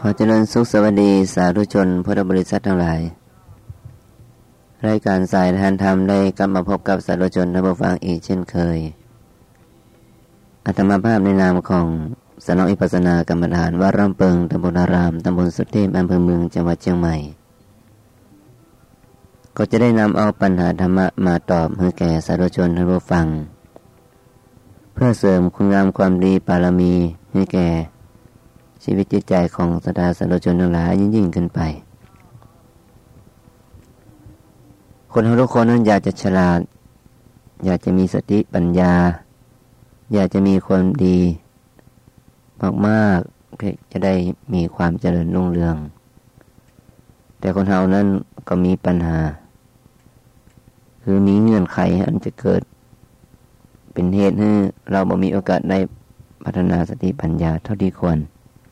อเจริญสุขสวัสดีสาธุชนพุทธบริษัททั้งหลายรายการสายทานธรรมได้กลับมาพบกับสาธุชนท่านผู้ฟังอีกเช่นเคยอาตมาภาพในนามของสำนักวิปัสสนากรรมฐานวัดร่ำเปิงตำบลอารามตำบลสุเทพอำเภอเมืองจังหวัดเชียงใหม่ก็จะได้นำเอาปัญหาธรรมะมาตอบให้แก่สาธุชนท่านผู้ฟังเพื่อเสริมคุณงามความดีบารมีให้แก่ชีวิตจิตใจของศรัทธาสาธุชนทั้งหลายยิ่งขึ้นไปคนทุกคนนั้นอยากจะฉลาดอยากจะมีสติปัญญาอยากจะมีความดีมากๆเพื่อจะได้มีความเจริญรุ่งเรืองแต่คนเรานั้นก็มีปัญหาคือมีเงื่อนไขอันจะเกิดเป็นเหตุให้เราบ่มีโอกาสได้พัฒนาสติปัญญาเท่าที่ควร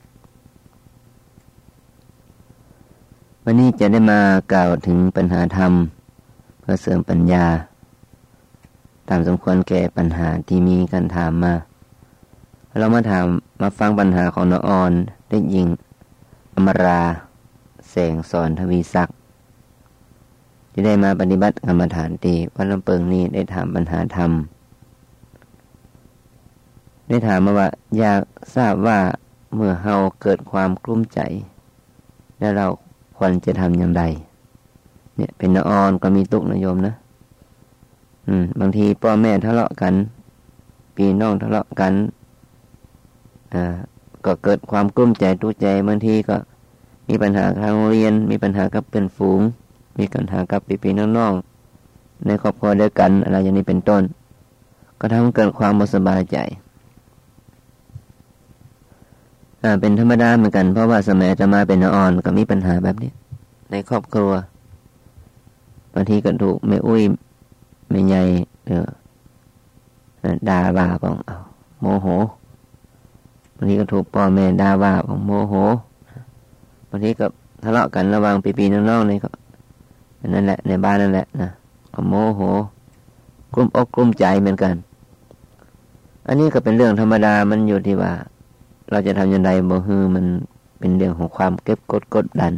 วันนี้จะได้มากล่าวถึงปัญหาธรรมเพื่อเสริมปัญญาตามสมควรแก่ปัญหาที่มีการถามมาเรามาฟังปัญหาของน้องออนเด็กหญิงอมราแสงสอนทวีศักดิ์ที่ได้มาปฏิบัติกรรมฐานที่วัดลำเปิงนี้ได้ถามปัญหาธรรมได้ถามมาว่าอยากทราบว่าเมื่อเฮาเกิดความกลุ้มใจแล้วเราควรจะทำอย่างไรเนี่ยเป็นน้องออนก็มีตุกนะโยมนะบางทีพ่อแม่ทะเลาะกันพี่น้องทะเลาะกันก็เกิดความกลุ้มใจทุกข์ใจบางทีก็มีปัญหาทางโรงเรียนมีปัญหากับเพื่อนฝูงมีปัญหากับพี่ๆน้องๆในครอบครัวเดียวกันอะไรอย่างนี้เป็นต้นก็ทำให้เกิดความไม่สบายใจเป็นธรรมดาเหมือนกันเพราะว่าสมัยอาตมาเป็นน้องออนก็มีปัญหาแบบนี้ในครอบครัวบางทีก็ถูกแม่อุ้ยแม่ใหญ่ด่าว่าของโมโหบางทีก็ถูกพ่อแม่ด่าว่าของโมโหบางทีก็ทะเลาะกันระหว่างพี่ๆน้องๆนี่ก็นั่นแหละในบ้านนั่นแหละนะก็โมโหกลุ้มอกกลุ้มใจเหมือนกันอันนี้ก็เป็นเรื่องธรรมดามันอยู่ที่ว่าเราจะทำอย่างไรบ่ฮือมันเป็นเรื่องของความเก็บกดดัน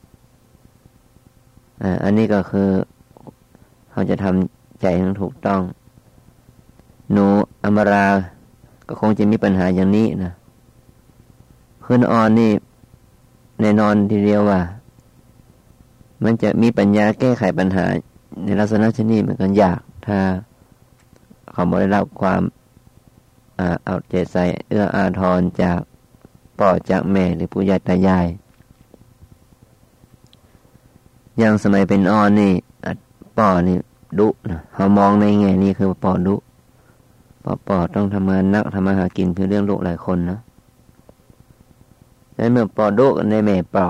อันนี้ก็คือเขาจะทำใจให้ถูกต้องหนูอมราก็คงจะมีปัญหาอย่างนี้นะคืนอ่อนนี่แน่นอนทีเดียวว่ามันจะมีปัญญาแก้ไขปัญหาในลักษณะเช่นนี้เหมือนกันยากถ้าเขาไม่ได้รับความเอาใจใส่เอื้ออาทรจากพ่อจากแม่หรือปู่ย่าตายายอย่างสมัยเป็นอ่อนนี่พ่อนี่ดุนะเขามองในแง่นี้คือพ่อดุพ่อต้องทำงานนักทำมาหากินคือเรื่องลูกหลายคนนะดังนั้นเมื่อพ่อดุในแม่ปลอบ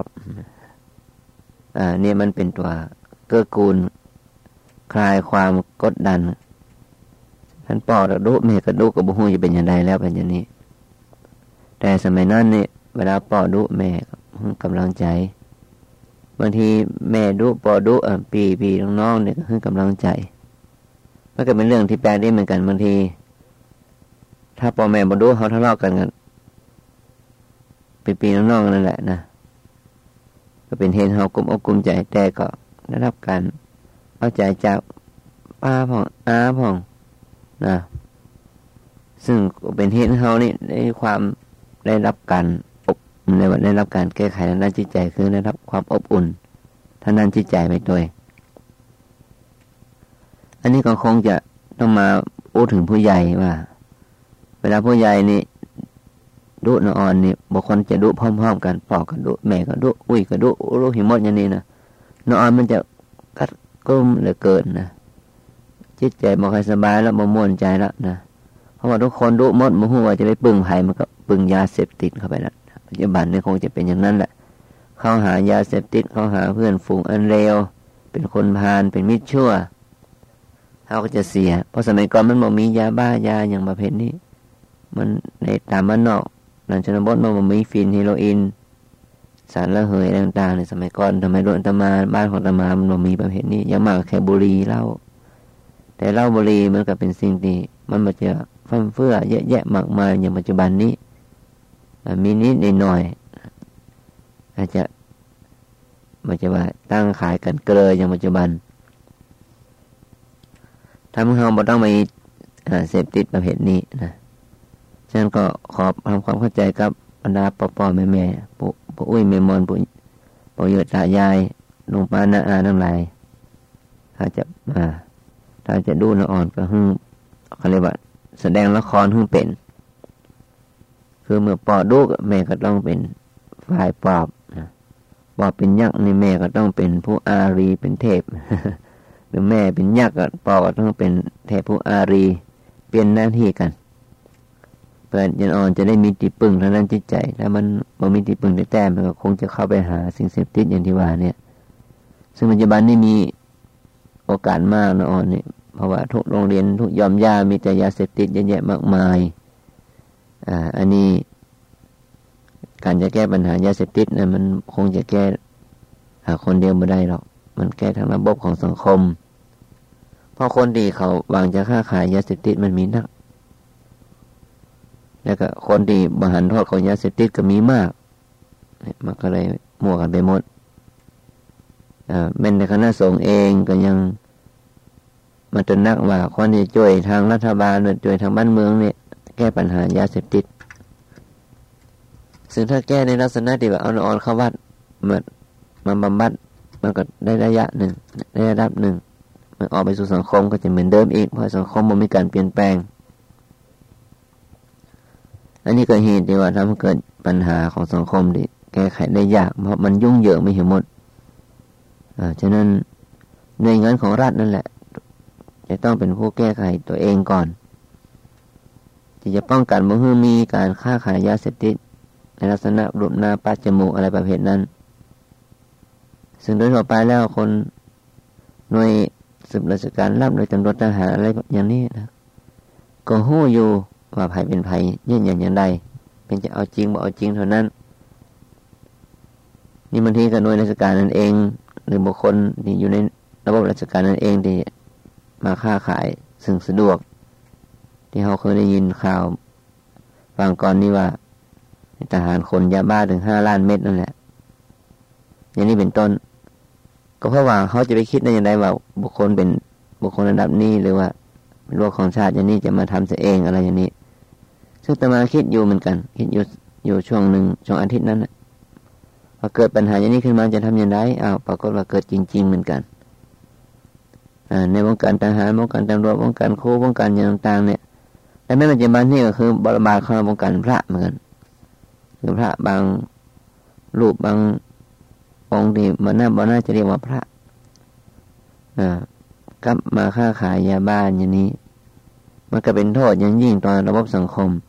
เนี่ยมันเป็นตัวเกื้อกูลคลายความกดดันท่านพ่อดุแม่ก็ดุก็บ่ฮู้จะเป็นอย่างไรแล้วเป็นอย่างนี้แต่สมัยนั้นนี่เวลาพ่อดุแม่ก็กำลังใจบางทีแม่ดุพ่อดุพี่น้องๆเนี่ยก็คือกำลังใจมันก็เป็นเรื่องที่แปลกได้เหมือนกันบางทีถ้าพ่อแม่บ่ดุเขาทะเลาะกันพี่น้องๆนั่นแหละนะก็เป็นเหตุเฮากลุ้มอกกลุ้มใจแต่ก็ได้รับการเอาใจจากป้าพ่องอาพ่องนะซึ่งเป็นเหตุให้เฮานี่ได้รับการได้รับการแก้ไขทางด้านจิตใจคือได้รับความอบอุ่นทางด้านจิตใจไปด้วยอันนี้ก็คงจะต้องมาพูดถึงผู้ใหญ่ว่าเวลาผู้ใหญ่นี่ดุน้องอ่อนนี่บางคนจะดุพร้อมๆกันพ่อก็ดุแม่ก็ดุอุ้ยก็ดุรู้หิมดอย่างนี้นะน้องอ่อนมันจะกัดกุ้มเหลือเกินนะจิตใจบ่ค่อยสบายแล้วบ่ม่วนใจแล้วนะเพราะว่าทุกคนดุหมดบ่ฮู้ว่าจะไปปึงไผมันก็ปึงยาเสพติดเข้าไปแล้วปัจจุบันนี่คงจะเป็นอย่างนั้นแหละเข้าหายาเสพติดเข้าหาเพื่อนฝูงอันเลวเป็นคนพาลเป็นมิจฉาชั่วเขาก็จะเสียเพราะสมัยก่อนมันบ่มียาบ้ายาอย่างประเภทนี้มันในตามบ้านนอกหลังชนบทมันบ่มีฟินเฮโรอีนสารระเหยต่างๆในสมัยก่อนทำไมโดนตมาบ้านของตมามันบ่มีประเภทนี้อย่างมากแค่บุหรี่เหล้าแต่เหล้าบุหรี่มันก็เป็นสิ่งที่มันบ่จะฟั่มเฟือยแยะมากมายอย่างปัจจุบันนี้มีนิดหน่อยอาจจะมันจะว่าตั้งขายกันเกลออย่างปัจจุบันทำให้เราบ่ต้องมีเสพติดประเภทนี้นะฉะนั้นก็ขอทำความเข้าใจกับบรรดาพ่อแม่ปู่อุ้ยแม่มอนปู่โยตายายลุงป้าน้าอาทั้งหลายถ้าจะดูละอ่อนก็เขาเรียกว่าแสดงละครเป็นคือเมื่อปอดูแม่ก็ต้องเป็นฝ่ายปอบนะปอบเป็นยักษ์นี่แม่ก็ต้องเป็นผู้อารีเป็นเทพ หรือแม่เป็นยักษ์ก็ปอก็ต้องเป็นเทพผู้อารีเปลี่ยนหน้าที่กันเปิดยันอ่อนจะได้มีที่พึ่งทางด้านจิตใจถ้ามันบ่มีที่พึ่งแท้ๆมันก็คงจะเข้าไปหาสิ่งเสพติดอย่างที่ว่าเนี่ยซึ่งปัจจุบันนี่มีโอกาสมากนะอ่อนนี่เพราะว่าทุกโรงเรียนทุกยอมย่ามีแต่ยาเสพติดเยอะแยะมากมายอันนี้การจะแก้ปัญหายาเสพติดนะมันคงจะแก้คนเดียวไม่ได้หรอกมันแก้ทั้งระบบของสังคมเพราะคนที่เขาวางจะค้าขายยาเสพติดมันมีนักแล้วก็คนที่บริหารโทษของยาเสพติดก็มีมากมันก็เลยมั่วกันไปหมดแม้ในคณะสงฆ์เองก็ยังมาตระหนักว่าคนที่ช่วยทางรัฐบาลหรือช่วยทางบ้านเมืองเนี่ยแก้ปัญหายาเสพติดซึ่งถ้าแก้ในลักษณะที่แบบเอาอ่อนเข้าวัดมาบำบัดมันก็ได้ระยะหนึ่งได้ระดับหนึ่งมันออกไปสู่สังคมก็จะเหมือนเดิมอีกเพราะสังคมมันมีการเปลี่ยนแปลงอันนี้ก็เหตุที่ว่าทำให้เกิดปัญหาของสังคมที่แก้ไขได้ยากเพราะมันยุ่งเหยิงไม่เห็นหมดฉะนั้นหน่วยงานของรัฐนั่นแหละจะต้องเป็นผู้แก้ไขตัวเองก่อนที่จะป้องกันบ่ให้มีการค้าขายยาเสพติดในลักษณะรูปหน้าปัดจมูกอะไรประเภทนั้นซึ่งโดยทั่วไปแล้วคนหน่วยสืบราชการรับโดยตำรวจทหารอะไรอย่างนี้นะก็ฮู้อยู่ว่าไผเป็นไผยื่นอย่างใดเป็นจะเอาจริงบ่เอาจริงเท่านั้นนี่บางทีก็หน่วยราชการนั่นเองหรือบุคคลที่อยู่ในระบบราชการนั่นเองที่มาค้าขายซึ่งสะดวกที่เขาเคยได้ยินข่าวฟังก่อนนี้ว่าทหารคนยาบ้าถึง5 ล้านเม็ดนั่นแหละอย่างนี้เป็นต้นก็เพราะว่าเขาจะไปคิดได้อย่างไรว่าบุคคลเป็นบุคคลระดับนี้หรือว่าเป็นโลกของชาติอย่างนี้จะมาทำเสียเองอะไรอย่างนี้ซึ่งตมาคิดอยู่เหมือนกันคิดอยู่ช่วงหนึ่งช่วงอาทิตย์นั้นพอเกิดปัญหาอย่างนี้ขึ้นมาจะทำอย่างไรปรากฏว่าเกิดจริงๆเหมือนกันในวงการทหารวงการตำรวจวงการครูวงการอย่างต่างๆเนี่ยแต่ในปัจจุบันนี่ก็คือบริบาลของวงการพระเหมือนกันคือพระบางรูปบางองค์ที่มันน่าจะเรียกว่าพระกลับมาค้าขายยาบ้าอย่างนี้มันก็เป็นโทษอย่างยิ่งต่อระบบสังคม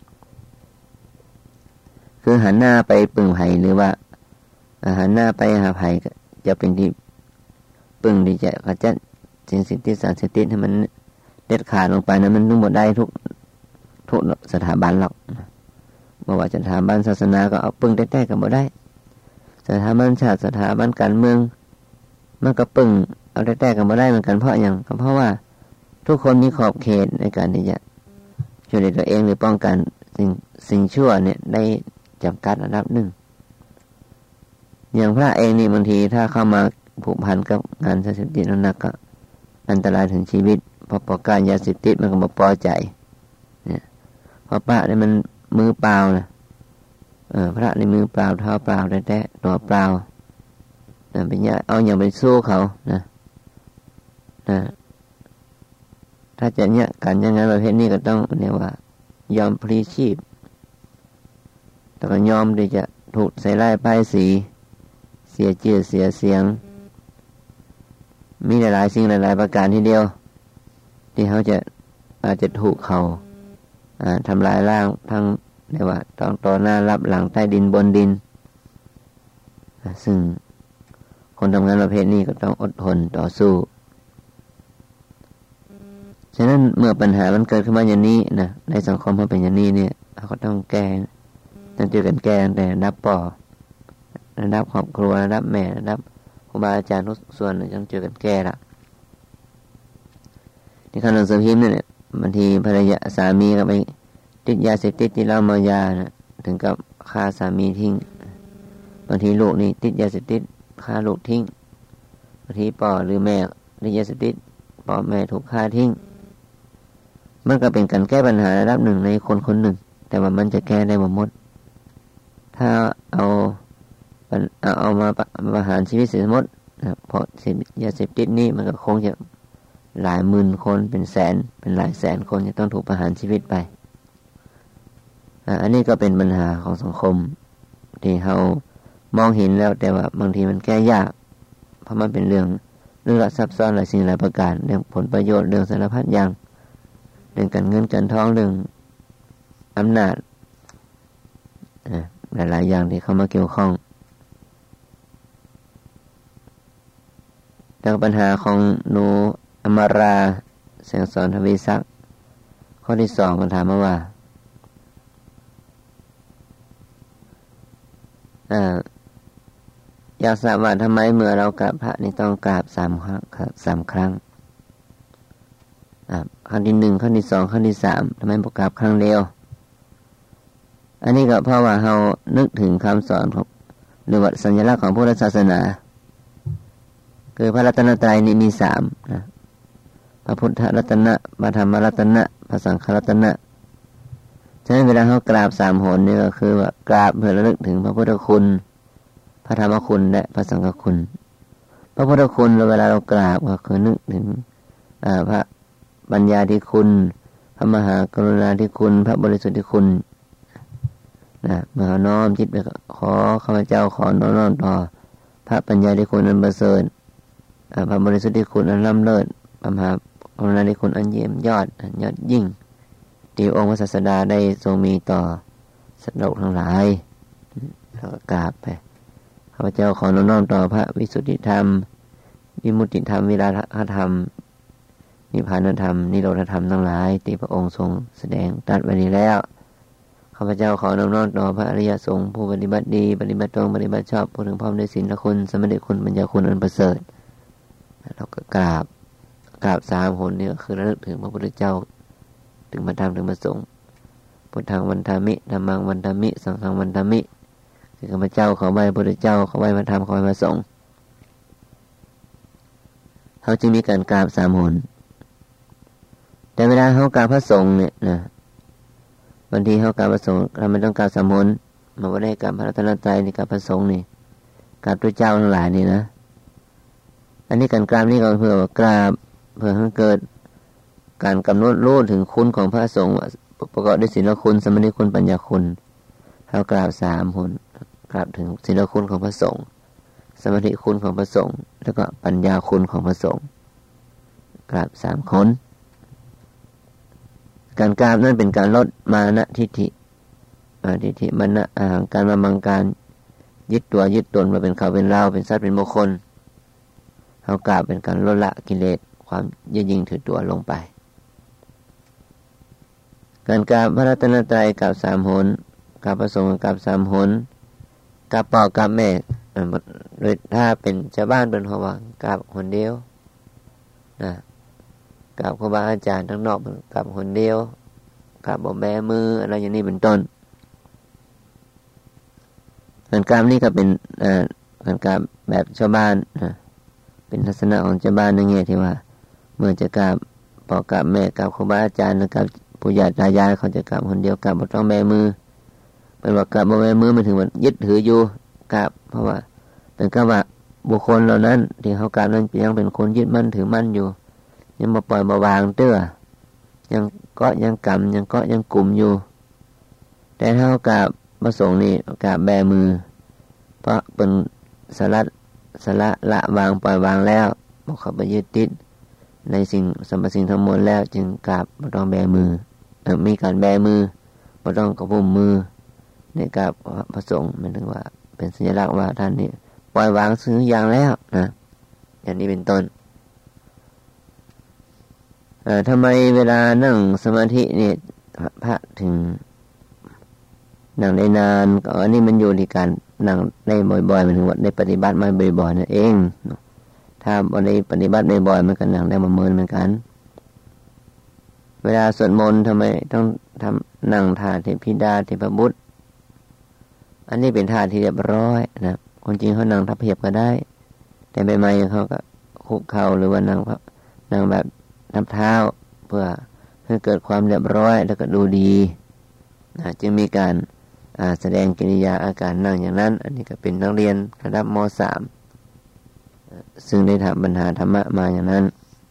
คือหันหน้าไปปึงไผ่หรือว่าหันหน้าไปหาไผ่จะเป็นที่ปึงที่จะขจัดสิ่งเสพติดสารเสพติดให้มันเด็ดขาดลงไปนั้นมันต้องหมดได้ทุกสถาบันหรอกไม่ว่าจะสถาบันศาสนาก็เอาปึงแท้ๆกันหมดได้สถาบันชาติสถาบันการเมืองมันก็ปึงเอาแท้ๆกันหมดได้เหมือนกันเพราะอย่างเพราะว่าทุกคนมีขอบเขตในการที่จะช่วยเหลือตัวเองหรือป้องกันสิ่งชั่วเนี่ยได้จำกัดระดับหนึ่งอย่างพระเองนี่บางทีถ้าเข้ามาผูกพันกับงานเสพติดนักก็อันตรายถึงชีวิตเพราะประการยาเสพติดมันก็มาปล่อยใจเนี่ยเพราะพระเนี่ยมันมือเปล่านะพระในมือเปล่าเท้าเปล่าแท้ๆตัวเปล่าเป็นเอาอย่างไปสู้เขานะถ้าจะเนี่ยการยังไงประเภทนี้ก็ต้องเนี่ยว่ายอมพลีชีพแต่ก็ยอมที่จะถูกใส่ร้ายป้ายสีเสียชื่อเสียเสียงมีหลายๆสิ่งหลายๆประการทีเดียวที่เขาจะอาจจะถูกเขาทำลายร่างทั้งเรียกว่าต้องต่อหน้ารับหลังใต้ดินบนดินซึ่งคนทำงานประเภทนี้ก็ต้องอดทนต่อสู้ฉะนั้นเมื่อปัญหามันเกิดขึ้นมาอย่างนี้นะในสังคมมันเป็นอย่างนี้เนี่ยเขาก็ต้องแก้ต้องช่วยกันแก้แต่ระดับระดับครอบครัวระดับแม่ระดับครูบาอาจารย์ทุกส่วนต้องช่วยกันแก้ละที่ขณะสืบพิมพ์เนี่ยบางทีภรรยาสามีก็ไปติดยาเสพติดที่เหล้าเมายานะถึงกับฆ่าสามีทิ้งบางทีลูกนี่ติดยาเสพติดฆ่าลูกทิ้งบางทีพ่อหรือแม่ติดยาเสพติดพ่อแม่ถูกฆ่าทิ้งมันก็เป็นการแก้ปัญหาระดับหนึ่งในคนคนหนึ่งแต่ว่ามันจะแก้ได้บ่หมดถ้าเอามาประหารชีวิตเสียหมดนะเพราะยาเสพติดนี่มันก็คงจะหลายหมื่นคนเป็นแสนเป็นหลายแสนคนจะต้องถูกประหารชีวิตไปอันนี้ก็เป็นปัญหาของสังคมที่เรามองเห็นแล้วแต่ว่าบางทีมันแก้ยากเพราะมันเป็นเรื่องซับซ้อนหลายสิ่งหลายประการเรื่องผลประโยชน์เรื่องสารพัดอย่างเรื่องการเงินการทองเรื่องอำนาจหลายๆอย่างที่เข้ามาเกี่ยวข้องแต่ปัญหาของหนูอมราแสงสอนทวีศักดิ์ข้อที่2ก็ถามมาว่าอยากทราบว่าทำไมเมื่อเรากราบพระนี่ต้องกราบ3 ครั้งครับ3 ครั้งครั้งที่1ครั้งที่2ครั้งที่3ทำไมบ่กราบครั้งเดียวอันนี้ก็เพราะว่าเรานึกถึงคำสอนของหรือว่าสัญลักษณ์ของพุทธศาสนาคือพระรัตนตรัยนี่มี3นะพระพุทธรัตนะพระธรรมรัตนะพระสังฆรัตนะฉะนั้นเวลาเรากราบ3 หนนี่ก็คือว่ากราบเพื่อระลึกถึงพระพุทธคุณพระธรรมคุณและพระสังฆคุณพระพุทธคุณเวลาเรากราบก็คือนึกถึงพระปัญญาธิคุณพระมหากรุณาธิคุณพระบริสุทธิคุณนะเมื่อน้อมจิตไปขอข้าพเจ้าขอน้อมต่อพระปัญญาธิคุณอันประเสริฐพระบริสุทธิคุณอันล้ำเลิศพระมหากรุณาธิคุณอันเยี่ยมยอดยิ่งที่องค์พระศาสดาได้ทรงมีต่อสัตว์โลกทั้งหลายแล้วก็กราบไปข้าพเจ้าขอน้อมต่อพระวิสุทธิธรรมวิมุตติธรรมวิราคะธรรมนิพพานธรรมนิโรธธรรมทั้งหลายที่พระองค์ทรงแสดงตรัสไว้นี้แล้วข้าพเจ้าขอน้อมต่อพระอริยสงฆ์ผู้ปฏิบัติดีปฏิบัติตรงปฏิบัติชอบผู้ถึงพร้อมด้วยศีลคุณสมณะคุณปัญญาคุณอันประเสริฐเราก็กราบ3 หนนี่ก็คือระลึกถึงพระพุทธเจ้าถึงพระธรรมถึงพระสงฆ์พุทธังวันทามิธัมมังวันทามิสังฆังวันทามิคือข้าพเจ้าขอไหว้พระพุทธเจ้าขอไหว้พระธรรมขอไหว้พระสงฆ์เขาจึงมีการกราบ3 หนแต่เวลาเขากราบพระสงฆ์เนี่ยนะบางทีเขากราบพระสงฆ์ทำไมต้องกราบ3 หนมันไม่ได้กราบพระรัตนตรัยนี่กราบพระสงฆ์นี่กราบพระเจ้าทั้งหลายนี่นะอันนี้การกราบนี่ก็เพื่อกราบเพื่อให้เกิดการกำหนดรู้ถึงคุณของพระสงฆ์ประกอบด้วยศีลคุณสมณคุณปัญญาคุณเขากราบ3 หนกราบถึงศีลคุณของพระสงฆ์สมาธิคุณของพระสงฆ์แล้วก็ปัญญาคุณของพระสงฆ์กราบ3 คนการกราบนั้นเป็นการลดมานะทิฏฐิมานะการมามังการยึดตัวยึดตนมาเป็นเขาเป็นเราเป็นสัตว์เป็นบุคคลเขากราบเป็นการลดละกิเลสความยึดยิ่งถือตัวลงไปการกราบพระรัตนตรัยกราบ3 หนกราบพระสงฆ์กราบ3 หนกราบพ่อกราบแม่โดยถ้าเป็นชาวบ้านเป็นเขาว่ากราบหนเดียวนะกราบครูบาอาจารย์ทั้งนอกกราบหนเดียวกราบบ่แบมืออะไรอย่างนี้เป็นต้นการกราบนี่ก็เป็นการกราบแบบชาวบ้านเป็นลักษณะของชาวบ้านในแง่ที่ว่าเมื่อจะกราบพ่อกราบแม่กราบครูบาอาจารย์แล้วกราบผู้ใหญ่ตายายเขาจะกราบคนเดียวกราบบ่ต้องแบมือเป็นว่ากราบบ่แบมือมันถึงว่ายึดถืออยู่กราบเพราะว่าเป็นกราบว่าบุคคลเหล่านั้นที่เขากราบนั้นยังเป็นคนยึดมั่นถือมั่นอยู่ยังบ่ปล่อยบ่วางเตื้อยังเกาะยังกำยังเกาะยังกลุ่มอยู่แต่ถ้าเขากราบพระสงฆ์นี่กราบแบมือเพราะเป็นสละละวางปล่อยวางแล้วบ่เข้าไปยึดติดในสิ่งสรรพสิ่งทั้งมวลแล้วจึงกราบบ่ต้องแบมือมีการแบมือบ่ต้องกระพุ้มมือในกราบพระสงฆ์หมายถึงว่าเป็นสัญลักษณ์ว่าท่านนี่ปล่อยวางสิ่งทุกอย่างแล้วนะอย่างนี้เป็นต้นทำไมเวลานั่งสมาธิเนี่ยพระถึงนั่งได้นานก็อันนี้มันอยู่ที่การนั่งได้บ่อยๆหมายถึงว่าได้ปฏิบัติมาบ่อยๆนั่นเองถ้าบ่ได้ปฏิบัติบ่อยๆมันก็นั่งได้บ่เหมือนกันเวลาสวดมนต์ทำไมต้องนั่งท่าเทพธิดาเทพบุตรอันนี้เป็นท่าที่เรียบร้อยนะคนจริงเขานั่งทับเพียบก็ได้แต่ใหม่ๆเขาก็คุกเข่าหรือว่านั่งแบบนับเท้าเพื่อให้เกิดความเรียบร้อยแล้วก็ดูดีนะจึงมีการแสดงกิริยาอาการนั่งอย่างนั้นอันนี้ก็เป็นนักเรียนระดับม.3 ซึ่งได้ทำบรรหาธรรมะมาอย่างนั้น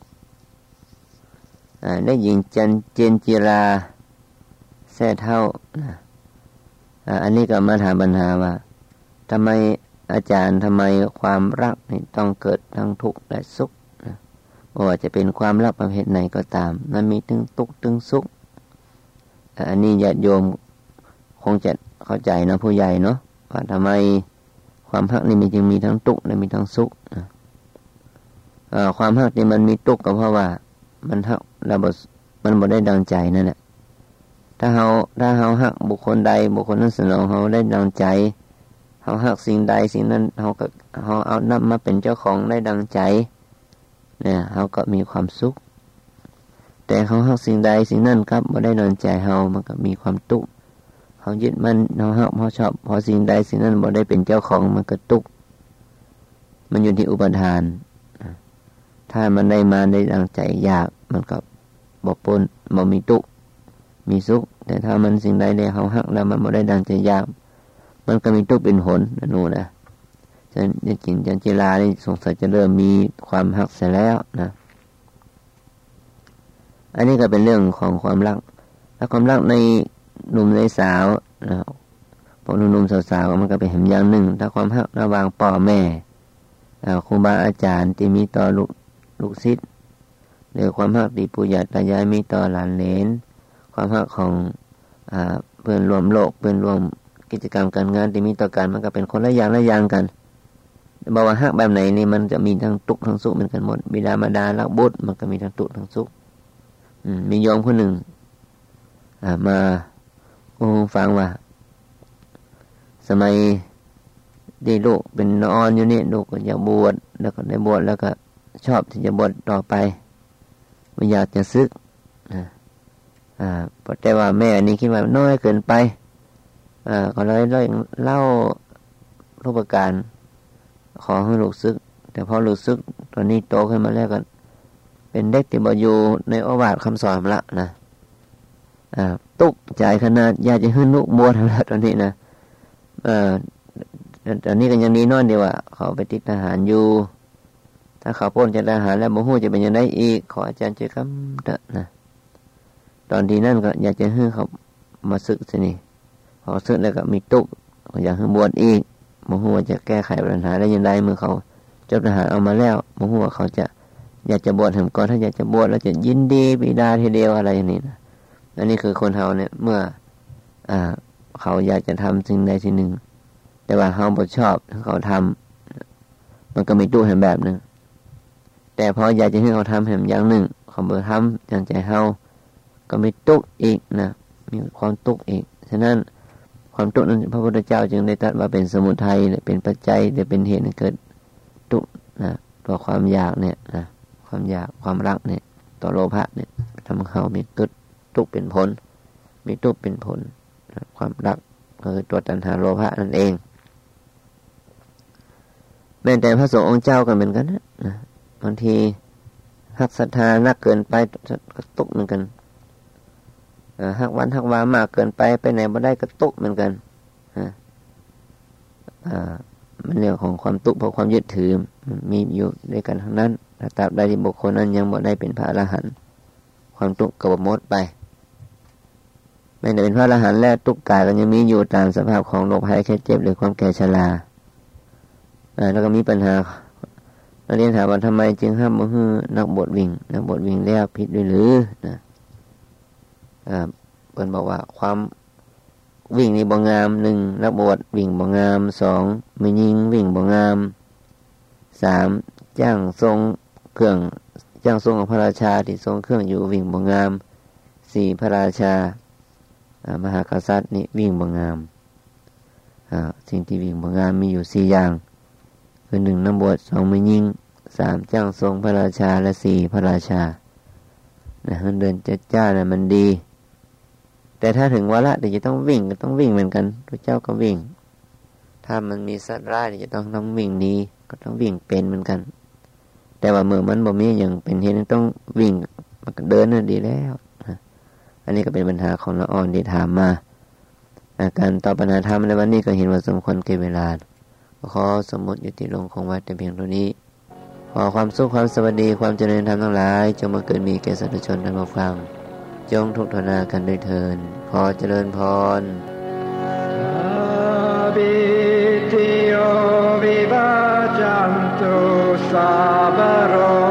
ได้หญิงเจนจิราแท้เท่าอันนี้ก็มาถามปัญหาว่าทำไมอาจารย์ทำไมความรักนี่ต้องเกิดทั้งทุกข์และสุขว่าจะเป็นความรักประเภทไหนก็ตามมันมีทั้งทุกข์ทั้งสุขอันนี้ญาติโยมคงจะเข้าใจนะผู้ใหญ่เนาะว่าทำไมความรักนี่มันจึงมีทั้งทุกข์และมีทั้งสุขความรักนี่มันมีทุกข์ก็เพราะว่ามันรักแล้วมันบ่ได้ดังใจนั่นแหละถ้าเฮารักบุคคลใดบุคคลนั้นสนองเฮาได้ดังใจเฮารักสิ่งใดสิ่งนั้นเฮาเอานำมาเป็นเจ้าของได้ดังใจเนี่ยเฮาก็มีความสุขแต่เฮารักสิ่งใดสิ่งนั้นครับบ่ได้ดังใจเฮามันก็มีความทุกข์เฮายึดมันเฮารักเฮาชอบพอสิ่งใดสิ่งนั้นบ่ได้เป็นเจ้าของมันก็ทุกข์มันอยู่ที่อุปทานถ้ามันได้มาได้ดังใจอยากมันก็บ่ปนบ่มีทุกข์มีสุขแต่ถ้ามันสิ่งใดได้เฮารักแล้วมันบ่ได้ดังใจอยากมันก็มีทุกข์เป็นผลนะนู่นนะฉะนั้นจริงจันจิรานี่สงสัยจะเริ่มมีความรักเสียแล้วนะอันนี้ก็เป็นเรื่องของความรักและความรักในหนุ่มในสาวนะพวกหนุ่มๆสาวๆมันก็เป็นแห่งอย่างหนึ่งถ้าความรักระหว่างพ่อแม่ครูบาอาจารย์ที่มีต่อลูกศิษย์หรือความรักที่ปู่ย่าตายายมีต่อหลานเหลนความรักของเพื่อนร่วมโลกเพื่อนร่วมกิจกรรมการงานที่มีต่อกันมันก็เป็นคนละอย่างกันบอกว่ารักแบบไหนนี่มันจะมีทั้งทุกข์ทั้งสุขเหมือนกันหมดบิดามารดารักบุตรมันก็มีทั้งทุกข์ทั้งสุขมีโยมคนหนึ่งมาฟังว่าสมัยที่ลูกเป็นนอนอยู่นี่ลูกก็อยากบวชแล้วก็ได้บวชแล้วก็ชอบที่จะบวชต่อไปไม่อยากจะซึกแต่ว่าแม่นี่คิดว่าน้อยเกินไปก็เลยเล่ารูปการขอให้ลูกซึกแต่พอลูกซึกตอนนี้โตขึ้นมาแล้วก็เป็นเด็กที่บ่อยู่ในโอวาทคำสอนละนะตุกใจขนาดอยากจะให้ลูกบวชแล้วตอนนี้นะตอนนี้ก็ยังนี้น้อยเดียวเขาไปติดทหารอยู่ถ้าเขาพ้นจากทหารแล้วบ่ฮู้จะเป็นยังไงอีกขออาจารย์ช่วยคำเถอะนะตอนที่นั่นก็อยากจะให้เขามาศึกสินี่พอศึกแล้วก็มีตุกอยากให้บวชอีกบ่ฮู้ว่าจะแก้ไขปัญหาได้ยังไงเมื่อเขาจบทหารเอามาแล้วบ่ฮู้ว่าเขาจะอยากจะบวชถึงก่อนถ้าอยากจะบวชแล้วจะยินดีบิดาทีเดียวอะไรอย่างนี้นะอันนี้คือคนเฮาเนี่ยเมื่อเขาอยากจะทำสิ่งใดสิ่งหนึ่งแต่ว่าเฮาบ่ชอบเขาทำมันก็มีตู้แห่งแบบนึงแต่พออยากจะให้เขาทำแห่งอย่างหนึ่งเขาบ่ทำอย่างใจเฮาก็มีทุกข์อีกนะมีความทุกข์อีกฉะนั้นความทุกข์นั้นพระพุทธเจ้าจึงได้ตรัสว่าเป็นสมุทัยเป็นปัจจัยเป็นเหตุให้เกิดทุกข์นะตัวความอยากเนี่ยนะความอยากความรักเนี่ยต่อโลภะเนี่ยทำให้เขามีทุกข์เป็นผลมีทุกข์เป็นผลความรักคือตัวตัณหาโลภะนั่นเองแม้แต่พระสงฆ์องค์เจ้าก็เหมือนกันนะบางทีหักศรัทธานักเกินไปก็ทุกข์เหมือนกันหักวันหักวามากเกินไปไหนบ่ได้ก็ทุกข์เหมือนกันมันเรื่องของความทุกข์เพราะความยึดถือมีอยู่ด้วยกันทั้งนั้นถ้าตราบใดที่บุคคลนั้นยังบ่ได้เป็นพระอรหันต์ความทุกข์ก็บ่หมดไปแม้แต่เป็นพระอรหันต์แล้วทุกข์กายก็ยังมีอยู่ตามสภาพของโรคภัยแค่เจ็บหรือความแก่ชราแล้วก็มีปัญหานักเรียนถามว่าทำไมจึงห้ามบ่ฮื้อนักบวชวิ่งแล้วผิดด้วยหรือนะเพิ่นบอกว่าความวิ่งนี่บ่งาม1นักบวชวิ่งบ่งาม2ไม่ยิงวิ่งบ่งาม3จ้างทรงเครื่องของพระราชาที่ทรงเครื่องอยู่วิ่งบ่งาม4พระราชามหากษัตริย์นี่วิ่งบ่งามสิ่งที่วิ่งบ่งามมีอยู่4อย่างคือ1นักบวช2ไม่ยิง3จ้างทรงพระราชาและ4พระราชานะเดินจ้านะมันดีแต่ถ้าถึงวาระที่จะต้องวิ่งก็ต้องวิ่งเหมือนกันพระเจ้าก็วิ่งถ้ามันมีสัตว์ร้ายจะต้องวิ่งหนีก็ต้องวิ่งเป็นเหมือนกันแต่ว่าเมื่อมันบ่มีหยังเป็นเหตุต้องวิ่งมันก็เดินนั่นดีแล้วอันนี้ก็เป็นปัญหาของละอ่อนที่ถามมาการตอบปัญหาธรรมในวันนี้ก็เห็นว่าสมควรแก่เวลาขอสมมุติยุติลงคงไว้แต่เพียงเท่านี้ขอความสุขความสวัสดีความเจริญธรรมทั้งหลายจงมาเกิดมีแก่สาธุชนทั้งผู้ฟังจงทุกข์ทนากันด้วยเถิดขอเจริญพรAbitio vivajantu sabaro